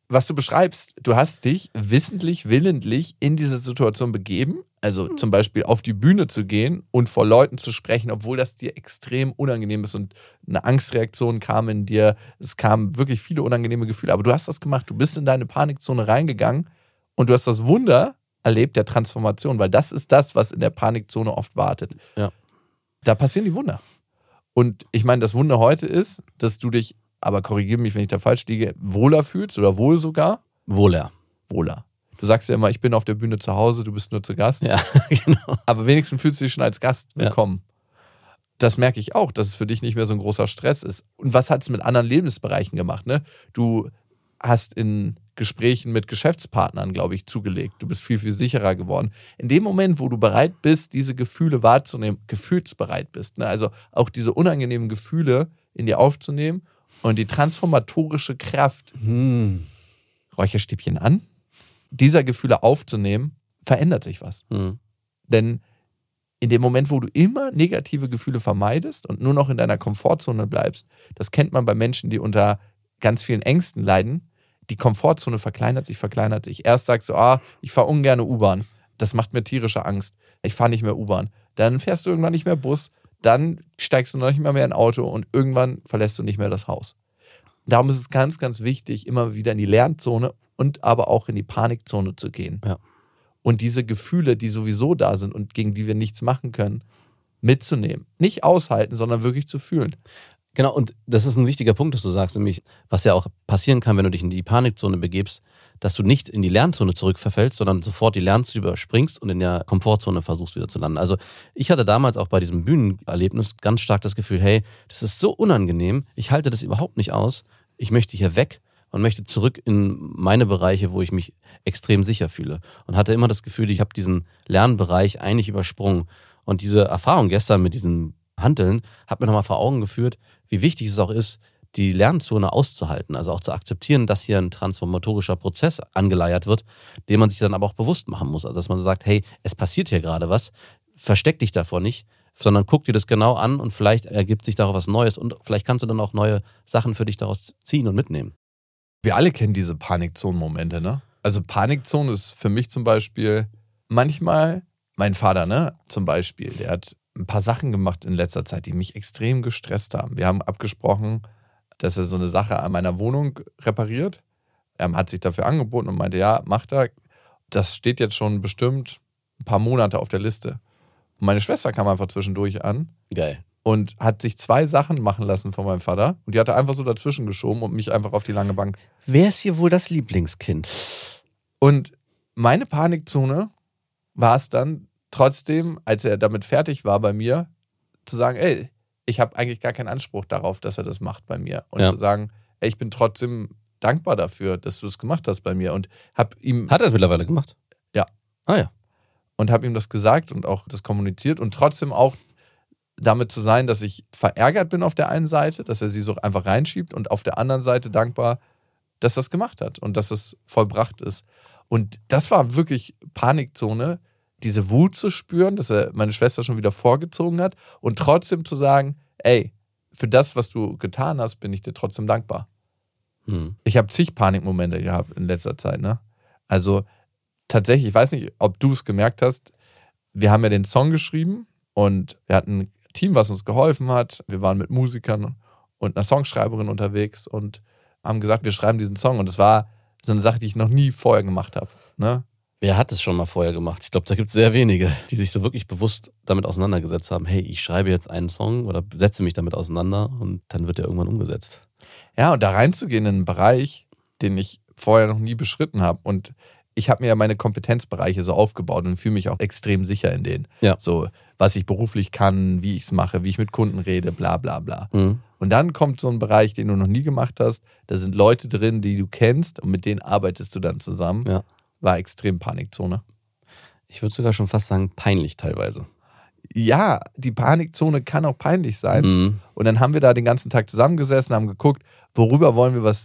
was du beschreibst, du hast dich wissentlich, willentlich in diese Situation begeben, also zum Beispiel auf die Bühne zu gehen und vor Leuten zu sprechen, obwohl das dir extrem unangenehm ist und eine Angstreaktion kam in dir, es kamen wirklich viele unangenehme Gefühle, aber du hast das gemacht, du bist in deine Panikzone reingegangen und du hast das Wunder erlebt der Transformation, weil das ist das, was in der Panikzone oft wartet. Ja. Da passieren die Wunder. Und ich meine, das Wunder heute ist, dass du dich, aber korrigiere mich, wenn ich da falsch liege, wohler fühlst oder wohl sogar? Wohler. Wohler. Du sagst ja immer, ich bin auf der Bühne zu Hause, du bist nur zu Gast. Ja, genau. Aber wenigstens fühlst du dich schon als Gast willkommen. Ja. Das merke ich auch, dass es für dich nicht mehr so ein großer Stress ist. Und was hat es mit anderen Lebensbereichen gemacht? Ne? Du hast in Gesprächen mit Geschäftspartnern, glaube ich, zugelegt. Du bist viel, viel sicherer geworden. In dem Moment, wo du bereit bist, diese Gefühle wahrzunehmen, gefühlsbereit bist, ne? Also auch diese unangenehmen Gefühle in dir aufzunehmen und die transformatorische Kraft, Räucherstäbchen an, dieser Gefühle aufzunehmen, verändert sich was. Denn in dem Moment, wo du immer negative Gefühle vermeidest und nur noch in deiner Komfortzone bleibst, das kennt man bei Menschen, die unter ganz vielen Ängsten leiden, die Komfortzone verkleinert sich. Erst sagst du, ich fahre ungern U-Bahn. Das macht mir tierische Angst. Ich fahre nicht mehr U-Bahn. Dann fährst du irgendwann nicht mehr Bus. Dann steigst du noch nicht mehr in ein Auto und irgendwann verlässt du nicht mehr das Haus. Darum ist es ganz, ganz wichtig, immer wieder in die Lernzone und aber auch in die Panikzone zu gehen. Ja. Und diese Gefühle, die sowieso da sind und gegen die wir nichts machen können, mitzunehmen. Nicht aushalten, sondern wirklich zu fühlen. Genau, und das ist ein wichtiger Punkt, dass du sagst, nämlich, was ja auch passieren kann, wenn du dich in die Panikzone begibst, dass du nicht in die Lernzone zurückverfällst, sondern sofort die Lernzone überspringst und in der Komfortzone versuchst wieder zu landen. Also ich hatte damals auch bei diesem Bühnenerlebnis ganz stark das Gefühl, hey, das ist so unangenehm, ich halte das überhaupt nicht aus, ich möchte hier weg und möchte zurück in meine Bereiche, wo ich mich extrem sicher fühle. Und hatte immer das Gefühl, ich habe diesen Lernbereich eigentlich übersprungen. Und diese Erfahrung gestern mit diesen Hanteln hat mir nochmal vor Augen geführt, wie wichtig es auch ist, die Lernzone auszuhalten, also auch zu akzeptieren, dass hier ein transformatorischer Prozess angeleiert wird, den man sich dann aber auch bewusst machen muss. Also dass man sagt, hey, es passiert hier gerade was, versteck dich davor nicht, sondern guck dir das genau an und vielleicht ergibt sich daraus was Neues und vielleicht kannst du dann auch neue Sachen für dich daraus ziehen und mitnehmen. Wir alle kennen diese Panikzonen-Momente, ne? Also Panikzone ist für mich zum Beispiel manchmal, mein Vater, ne, zum Beispiel, der hat ein paar Sachen gemacht in letzter Zeit, die mich extrem gestresst haben. Wir haben abgesprochen, dass er so eine Sache an meiner Wohnung repariert. Er hat sich dafür angeboten und meinte, ja, macht er. Das steht jetzt schon bestimmt ein paar Monate auf der Liste. Und meine Schwester kam einfach zwischendurch an. Geil. Und hat sich 2 Sachen machen lassen von meinem Vater. Und die hat er einfach so dazwischen geschoben und mich einfach auf die lange Bank. Wer ist hier wohl das Lieblingskind? Und meine Panikzone war es dann, trotzdem, als er damit fertig war bei mir, zu sagen, ey, ich habe eigentlich gar keinen Anspruch darauf, dass er das macht bei mir. Und zu sagen, ey, ich bin trotzdem dankbar dafür, dass du es gemacht hast bei mir. Und habe ihm... Hat er es mittlerweile gemacht? Ja. Ah ja. Und habe ihm das gesagt und auch das kommuniziert und trotzdem auch damit zu sein, dass ich verärgert bin auf der einen Seite, dass er sie so einfach reinschiebt und auf der anderen Seite dankbar, dass er es gemacht hat und dass es vollbracht ist. Und das war wirklich Panikzone, diese Wut zu spüren, dass er meine Schwester schon wieder vorgezogen hat und trotzdem zu sagen, ey, für das, was du getan hast, bin ich dir trotzdem dankbar. Ich habe zig Panikmomente gehabt in letzter Zeit, ne? Also tatsächlich, ich weiß nicht, ob du es gemerkt hast, wir haben ja den Song geschrieben und wir hatten ein Team, was uns geholfen hat. Wir waren mit Musikern und einer Songschreiberin unterwegs und haben gesagt, wir schreiben diesen Song. Und es war so eine Sache, die ich noch nie vorher gemacht habe, ne? Wer hat es schon mal vorher gemacht? Ich glaube, da gibt es sehr wenige, die sich so wirklich bewusst damit auseinandergesetzt haben. Hey, ich schreibe jetzt einen Song oder setze mich damit auseinander und dann wird der irgendwann umgesetzt. Ja, und da reinzugehen in einen Bereich, den ich vorher noch nie beschritten habe. Und ich habe mir ja meine Kompetenzbereiche so aufgebaut und fühle mich auch extrem sicher in denen. Ja. So, was ich beruflich kann, wie ich es mache, wie ich mit Kunden rede, bla bla bla. Mhm. Und dann kommt so ein Bereich, den du noch nie gemacht hast. Da sind Leute drin, die du kennst und mit denen arbeitest du dann zusammen. Ja. War extrem Panikzone. Ich würde sogar schon fast sagen, peinlich teilweise. Ja, die Panikzone kann auch peinlich sein. Und dann haben wir da den ganzen Tag zusammengesessen, haben geguckt, worüber wollen wir was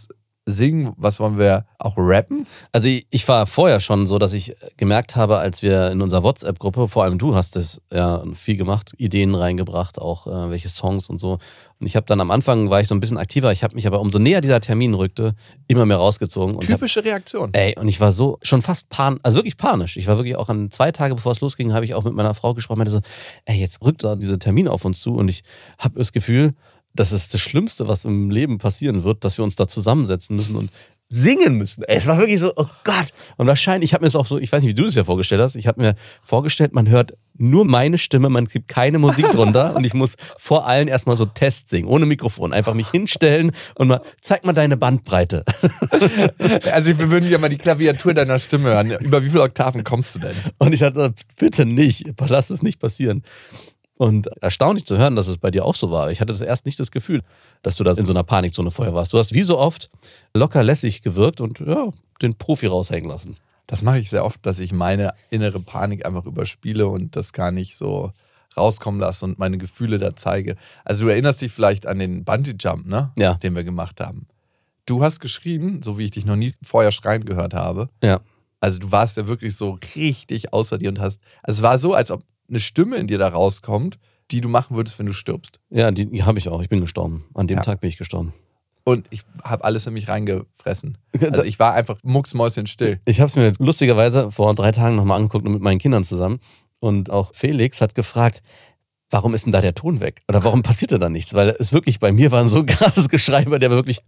singen? Was wollen wir auch rappen? Also ich war vorher schon so, dass ich gemerkt habe, als wir in unserer WhatsApp-Gruppe, vor allem du hast es ja viel gemacht, Ideen reingebracht, auch welche Songs und so. Und ich habe dann am Anfang, war ich so ein bisschen aktiver, ich habe mich aber umso näher dieser Termin rückte, immer mehr rausgezogen. Und Typische Reaktion. Und ich war so schon fast also wirklich panisch. Ich war wirklich auch 2 Tage, bevor es losging, habe ich auch mit meiner Frau gesprochen, meinte so, jetzt rückt da dieser Termin auf uns zu und ich habe das Gefühl, das ist das Schlimmste, was im Leben passieren wird, dass wir uns da zusammensetzen müssen und singen müssen. Es war wirklich so, oh Gott. Und wahrscheinlich, ich habe mir das auch so, ich weiß nicht, wie du das ja vorgestellt hast, ich habe mir vorgestellt, man hört nur meine Stimme, man gibt keine Musik drunter und ich muss vor allen erstmal so Test singen, ohne Mikrofon. Einfach mich hinstellen und mal, zeig mal deine Bandbreite. Also wir würden ja mal die Klaviatur deiner Stimme hören. Über wie viele Oktaven kommst du denn? Und ich hatte, bitte nicht, lass es nicht passieren. Und erstaunlich zu hören, dass es bei dir auch so war. Ich hatte das erst nicht das Gefühl, dass du da in so einer Panikzone vorher warst. Du hast wie so oft locker lässig gewirkt und ja, den Profi raushängen lassen. Das mache ich sehr oft, dass ich meine innere Panik einfach überspiele und das gar nicht so rauskommen lasse und meine Gefühle da zeige. Also du erinnerst dich vielleicht an den Bungee-Jump, ne? Ja. Den wir gemacht haben. Du hast geschrien, so wie ich dich noch nie vorher schreien gehört habe. Ja. Also du warst ja wirklich so richtig außer dir und hast, also es war so, als ob eine Stimme in dir da rauskommt, die du machen würdest, wenn du stirbst. Ja, die habe ich auch. Ich bin gestorben. An dem Tag bin ich gestorben. Und ich habe alles in mich reingefressen. Also ich war einfach mucksmäuschenstill. Ich habe es mir lustigerweise vor 3 Tagen nochmal angeguckt mit meinen Kindern zusammen. Und auch Felix hat gefragt, warum ist denn da der Ton weg? Oder warum passierte da nichts? Weil es wirklich, bei mir war ein so krasses Geschrei, bei der war wirklich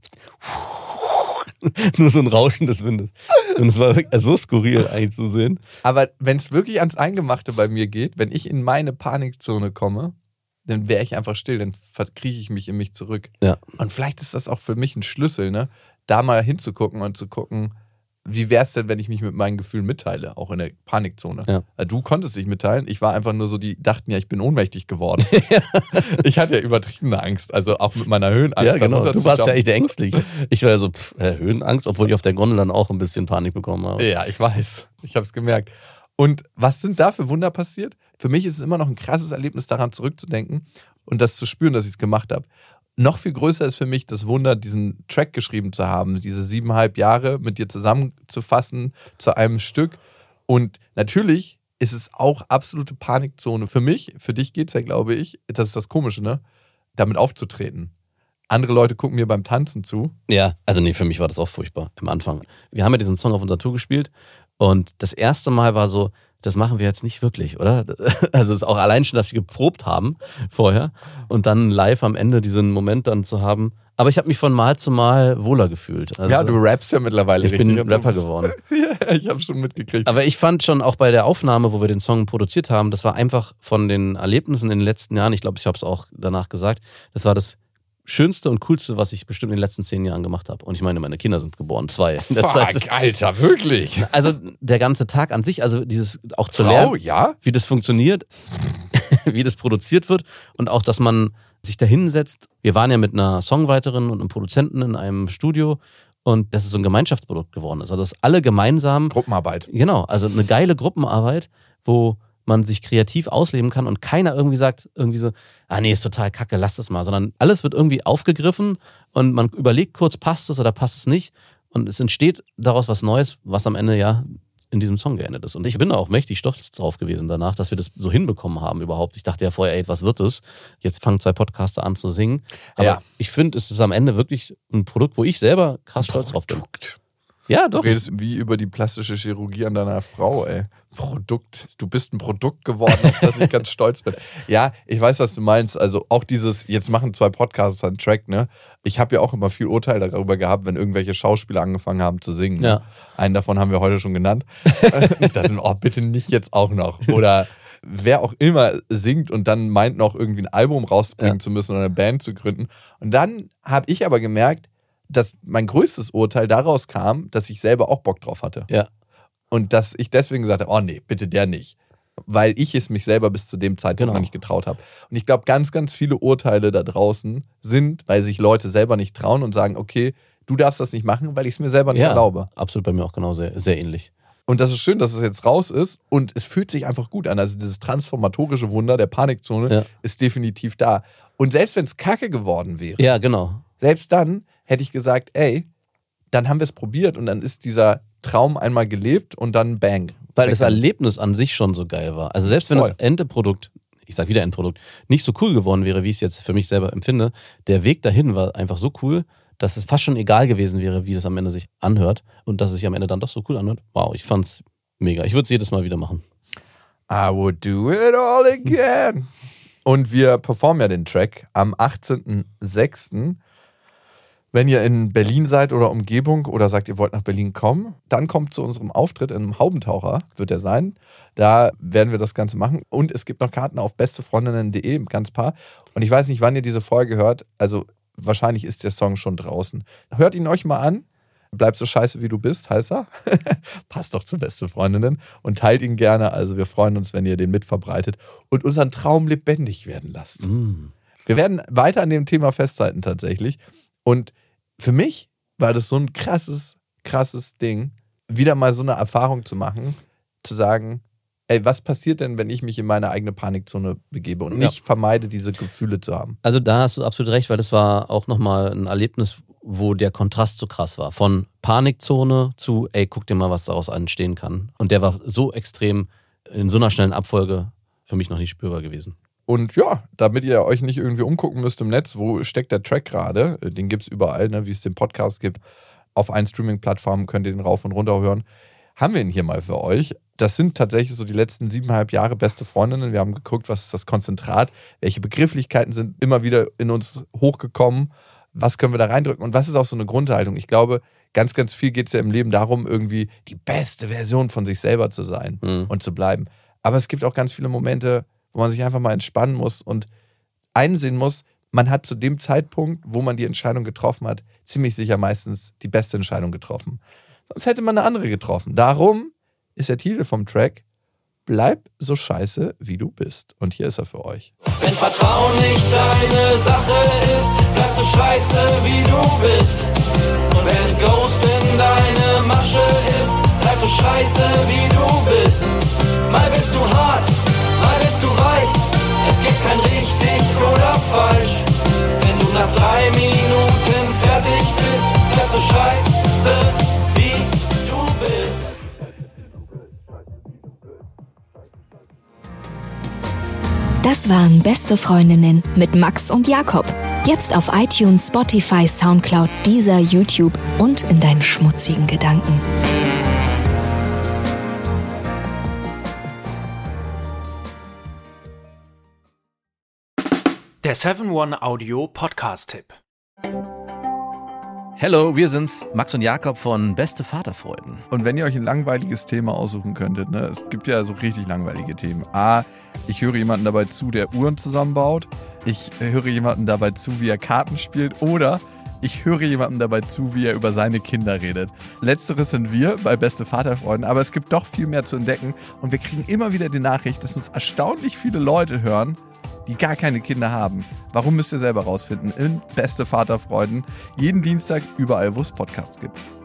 nur so ein Rauschen des Windes. Und es war wirklich so skurril eigentlich zu sehen. Aber wenn es wirklich ans Eingemachte bei mir geht, wenn ich in meine Panikzone komme, dann wäre ich einfach still, dann verkrieche ich mich in mich zurück. Ja. Und vielleicht ist das auch für mich ein Schlüssel, ne? Da mal hinzugucken und zu gucken, wie wäre es denn, wenn ich mich mit meinen Gefühlen mitteile, auch in der Panikzone. Ja. Du konntest dich mitteilen, ich war einfach nur so, die dachten ja, ich bin ohnmächtig geworden. Ich hatte ja übertriebene Angst, also auch mit meiner Höhenangst. Ja, genau, du warst ja echt ängstlich. Ich war ja so, Höhenangst, obwohl ich auf der Gondel dann auch ein bisschen Panik bekommen habe. Ja, ich weiß, ich habe es gemerkt. Und was sind da für Wunder passiert? Für mich ist es immer noch ein krasses Erlebnis, daran zurückzudenken und das zu spüren, dass ich es gemacht habe. Noch viel größer ist für mich das Wunder, diesen Track geschrieben zu haben, diese 7,5 Jahre mit dir zusammenzufassen zu einem Stück. Und natürlich ist es auch absolute Panikzone für mich. Für dich geht es ja, glaube ich, das ist das Komische, ne? Damit aufzutreten. Andere Leute gucken mir beim Tanzen zu. Ja, also nee, für mich war das auch furchtbar am Anfang. Wir haben ja diesen Song auf unserer Tour gespielt und das erste Mal war so, das machen wir jetzt nicht wirklich, oder? Also es ist auch allein schon, dass wir geprobt haben vorher und dann live am Ende diesen Moment dann zu haben. Aber ich habe mich von Mal zu Mal wohler gefühlt. Also ja, du rappst ja mittlerweile richtig. Ich bin Rapper geworden. Ja, ich habe schon mitgekriegt. Aber ich fand schon auch bei der Aufnahme, wo wir den Song produziert haben, das war einfach von den Erlebnissen in den letzten Jahren, ich glaube, ich habe es auch danach gesagt, das war das Schönste und Coolste, was ich bestimmt in den letzten 10 Jahren gemacht habe. Und ich meine, meine Kinder sind geboren, 2. In der Fuck, Zeit. Alter, wirklich? Also der ganze Tag an sich, also dieses auch zu lernen, ja? wie das funktioniert, wie das produziert wird und auch, dass man sich da hinsetzt. Wir waren ja mit einer Songwriterin und einem Produzenten in einem Studio und das ist so ein Gemeinschaftsprodukt geworden ist. Also dass alle gemeinsam... Gruppenarbeit. Genau, also eine geile Gruppenarbeit, wo man sich kreativ ausleben kann und keiner irgendwie sagt, irgendwie so, nee, ist total kacke, lass das mal, sondern alles wird irgendwie aufgegriffen und man überlegt kurz, passt es oder passt es nicht und es entsteht daraus was Neues, was am Ende ja in diesem Song geendet ist. Und ich bin da auch mächtig stolz drauf gewesen danach, dass wir das so hinbekommen haben überhaupt. Ich dachte ja vorher, was wird das? Jetzt fangen 2 Podcaster an zu singen. Aber ich finde, es ist am Ende wirklich ein Produkt, wo ich selber krass stolz drauf bin. Ja, doch. Du redest wie über die plastische Chirurgie an deiner Frau, ey. Produkt. Du bist ein Produkt geworden, auf das ich ganz stolz bin. Ja, ich weiß, was du meinst. Also auch dieses, jetzt machen 2 Podcasts einen Track, ne? Ich habe ja auch immer viel Urteil darüber gehabt, wenn irgendwelche Schauspieler angefangen haben zu singen. Ne? Ja. Einen davon haben wir heute schon genannt. Ich dachte, bitte nicht jetzt auch noch. Oder wer auch immer singt und dann meint noch irgendwie ein Album rausbringen zu müssen oder eine Band zu gründen. Und dann habe ich aber gemerkt, dass mein größtes Urteil daraus kam, dass ich selber auch Bock drauf hatte. Ja. Und dass ich deswegen gesagt habe, nee, bitte der nicht. Weil ich es mich selber bis zu dem Zeitpunkt noch nicht getraut habe. Und ich glaube, ganz, ganz viele Urteile da draußen sind, weil sich Leute selber nicht trauen und sagen, okay, du darfst das nicht machen, weil ich es mir selber nicht erlaube. Absolut, bei mir auch genau sehr, sehr ähnlich. Und das ist schön, dass es jetzt raus ist und es fühlt sich einfach gut an. Also dieses transformatorische Wunder der Panikzone ist definitiv da. Und selbst wenn es kacke geworden wäre, ja, genau, selbst dann hätte ich gesagt, ey, dann haben wir es probiert und dann ist dieser Traum einmal gelebt und dann bang. Weil das Erlebnis an sich schon so geil war. Also selbst wenn das Endprodukt, ich sag wieder Endprodukt, nicht so cool geworden wäre, wie ich es jetzt für mich selber empfinde, der Weg dahin war einfach so cool, dass es fast schon egal gewesen wäre, wie es am Ende sich anhört und dass es sich am Ende dann doch so cool anhört. Wow, ich fand's mega. Ich würde es jedes Mal wieder machen. I would do it all again. Und wir performen ja den Track am 18.06. Wenn ihr in Berlin seid oder Umgebung oder sagt, ihr wollt nach Berlin kommen, dann kommt zu unserem Auftritt im Haubentaucher, wird er sein. Da werden wir das Ganze machen. Und es gibt noch Karten auf bestefreundinnen.de, ganz paar. Und ich weiß nicht, wann ihr diese Folge hört. Also wahrscheinlich ist der Song schon draußen. Hört ihn euch mal an. Bleib so scheiße, wie du bist, heißt er. Passt doch zu Beste Freundinnen. Und teilt ihn gerne. Also wir freuen uns, wenn ihr den mitverbreitet und unseren Traum lebendig werden lasst. Wir werden weiter an dem Thema festhalten tatsächlich. Und für mich war das so ein krasses Ding, wieder mal so eine Erfahrung zu machen, zu sagen, ey, was passiert denn, wenn ich mich in meine eigene Panikzone begebe und nicht vermeide, diese Gefühle zu haben? Also da hast du absolut recht, weil das war auch nochmal ein Erlebnis, wo der Kontrast so krass war. Von Panikzone zu, ey, guck dir mal, was daraus entstehen kann. Und der war so extrem in so einer schnellen Abfolge für mich noch nicht spürbar gewesen. Und ja, damit ihr euch nicht irgendwie umgucken müsst im Netz, wo steckt der Track gerade, den gibt es überall, ne, wie es den Podcast gibt. Auf allen Streaming-Plattformen könnt ihr den rauf und runter hören. Haben wir ihn hier mal für euch. Das sind tatsächlich so die letzten 7,5 Jahre Beste Freundinnen. Wir haben geguckt, was ist das Konzentrat, welche Begrifflichkeiten sind immer wieder in uns hochgekommen, was können wir da reindrücken und was ist auch so eine Grundhaltung. Ich glaube, ganz, ganz viel geht es ja im Leben darum, irgendwie die beste Version von sich selber zu sein und zu bleiben. Aber es gibt auch ganz viele Momente, wo man sich einfach mal entspannen muss und einsehen muss, man hat zu dem Zeitpunkt, wo man die Entscheidung getroffen hat, ziemlich sicher meistens die beste Entscheidung getroffen. Sonst hätte man eine andere getroffen. Darum ist der Titel vom Track Bleib so scheiße, wie du bist. Und hier ist er für euch. Wenn Vertrauen nicht deine Sache ist, bleib so scheiße, wie du bist. Und wenn Ghost in deine Masche ist, bleib so scheiße, wie du bist. Mal bist du hart, mal bist du weich. Es gibt kein richtig oder falsch. Wenn du nach 3 Minuten fertig bist, bleib so scheiße, wie du bist. Das waren Beste Freundinnen mit Max und Jakob. Jetzt auf iTunes, Spotify, Soundcloud, Deezer, YouTube und in deinen schmutzigen Gedanken. Der 7-One Audio Podcast-Tipp. Hello, wir sind's, Max und Jakob von Beste Vaterfreuden. Und wenn ihr euch ein langweiliges Thema aussuchen könntet, ne, es gibt ja so richtig langweilige Themen. Ich höre jemanden dabei zu, der Uhren zusammenbaut. Ich höre jemanden dabei zu, wie er Karten spielt. Oder ich höre jemanden dabei zu, wie er über seine Kinder redet. Letzteres sind wir bei Beste Vaterfreuden, aber es gibt doch viel mehr zu entdecken. Und wir kriegen immer wieder die Nachricht, dass uns erstaunlich viele Leute hören, die gar keine Kinder haben. Warum, müsst ihr selber rausfinden in Beste Vaterfreuden. Jeden Dienstag überall, wo es Podcasts gibt.